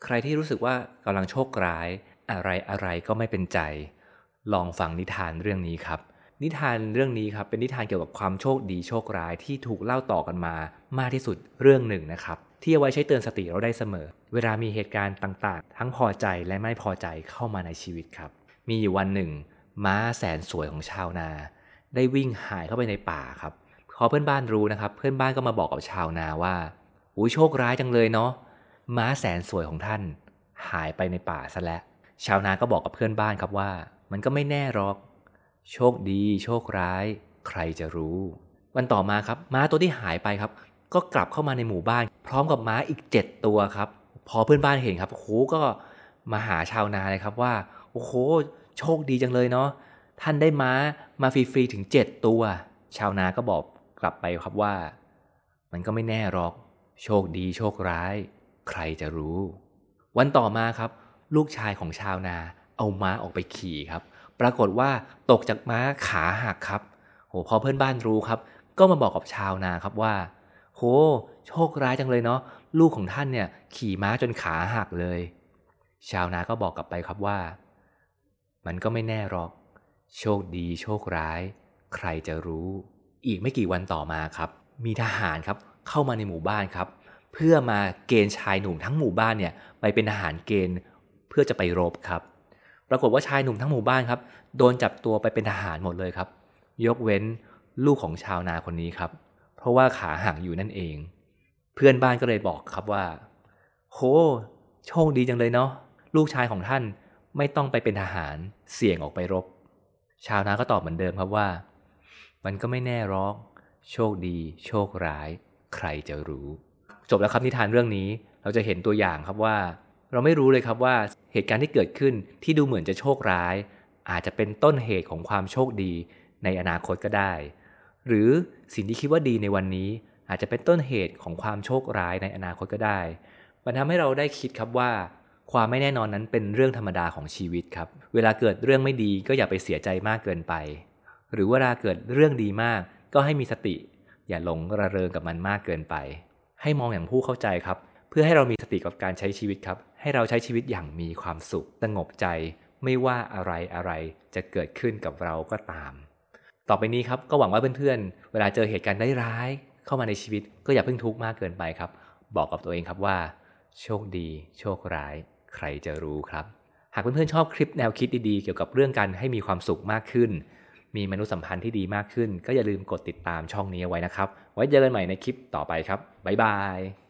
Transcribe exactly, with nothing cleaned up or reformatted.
ใครที่รู้สึกว่ากำลังโชคร้ายอะไรอะไรก็ไม่เป็นใจลองฟังนิทานเรื่องนี้ครับนิทานเรื่องนี้ครับเป็นนิทานเกี่ยวกับความโชคดีโชคร้ายที่ถูกเล่าต่อกันมามากที่สุดเรื่องหนึ่งนะครับที่เอาไว้ใช้เตือนสติเราได้เสมอเวลามีเหตุการณ์ต่างๆทั้งพอใจและไม่พอใจเข้ามาในชีวิตครับมีอยู่วันหนึ่งม้าแสนสวยของชาวนาได้วิ่งหายเข้าไปในป่าครับพอเพื่อนบ้านรู้นะครับเพื่อนบ้านก็มาบอกกับชาวนาว่าอุ้ยโชคร้ายจังเลยเนาะม้าแสนสวยของท่านหายไปในป่าซะแล้วชาวนาก็บอกกับเพื่อนบ้านครับว่ามันก็ไม่แน่หรอกโชคดีโชคร้ายใครจะรู้วันต่อมาครับม้าตัวที่หายไปครับก็กลับเข้ามาในหมู่บ้านพร้อมกับม้าอีกเจ็ดตัวครับพอเพื่อนบ้านเห็นครับโอ้โหก็มาหาชาวนาเลยครับว่าโอ้โหโชคดีจังเลยเนาะท่านได้ม้ามาฟรีๆถึงเจ็ดตัวชาวนาก็บอกกลับไปครับว่ามันก็ไม่แน่หรอกโชคดีโชคร้ายใครจะรู้วันต่อมาครับลูกชายของชาวนาเอาม้าออกไปขี่ครับปรากฏว่าตกจากม้าขาหักครับโหพอเพื่อนบ้านรู้ครับก็มาบอกกับชาวนาครับว่าโหโชคร้ายจังเลยเนาะลูกของท่านเนี่ยขี่ม้าจนขาหักเลยชาวนาก็บอกกลับไปครับว่ามันก็ไม่แน่หรอกโชคดีโชคร้ายใครจะรู้อีกไม่กี่วันต่อมาครับมีทหารครับเข้ามาในหมู่บ้านครับเพื่อมาเกณฑ์ชายหนุ่มทั้งหมู่บ้านเนี่ยไปเป็นทหารเกณฑ์เพื่อจะไปรบครับปรากฏว่าชายหนุ่มทั้งหมู่บ้านครับโดนจับตัวไปเป็นทหารหมดเลยครับยกเว้นลูกของชาวนาคนนี้ครับเพราะว่าขาหักอยู่นั่นเองเพื่อนบ้านก็เลยบอกครับว่าโหโชคดีจังเลยเนาะลูกชายของท่านไม่ต้องไปเป็นทหารเสี่ยงออกไปรบชาวนาก็ตอบเหมือนเดิมครับว่ามันก็ไม่แน่หรอกโชคดีโชคร้ายใครจะรู้จบแล้วครับนิทานเรื่องนี้เราจะเห็นตัวอย่างครับว่าเราไม่รู้เลยครับว่าเหตุการณ์ที่เกิดขึ้นที่ดูเหมือนจะโชคร้ายอาจจะเป็นต้นเหตุของความโชคดีในอนาคตก็ได้หรือสิ่งที่คิดว่าดีในวันนี้อาจจะเป็นต้นเหตุของความโชคร้ายในอนาคตก็ได้มันทำให้เราได้คิดครับว่าความไม่แน่นอนนั้นเป็นเรื่องธรรมดาของชีวิตครับเวลาเกิดเรื่องไม่ดีก็อย่าไปเสียใจมากเกินไปหรือเวลาเกิดเรื่องดีมากก็ให้มีสติอย่าหลงระเริงกับมันมากเกินไปให้มองอย่างผู้เข้าใจครับเพื่อให้เรามีสติกับการใช้ชีวิตครับให้เราใช้ชีวิตอย่างมีความสุขสงบใจไม่ว่าอะไรอะไรจะเกิดขึ้นกับเราก็ตามต่อไปนี้ครับก็หวังว่าเพื่อนๆเวลาเจอเหตุการณ์ร้ายๆเข้ามาในชีวิตก็อย่าเพิ่งทุกข์มากเกินไปครับบอกกับตัวเองครับว่าโชคดีโชคร้ายใครจะรู้ครับหากเพื่อนๆชอบคลิปแนวคิดดีๆเกี่ยวกับเรื่องการให้มีความสุขมากขึ้นมีมนุษยสัมพันธ์ที่ดีมากขึ้นก็อย่าลืมกดติดตามช่องนี้เอาไว้นะครับไว้เจอกันใหม่ในคลิปต่อไปครับบ๊ายบาย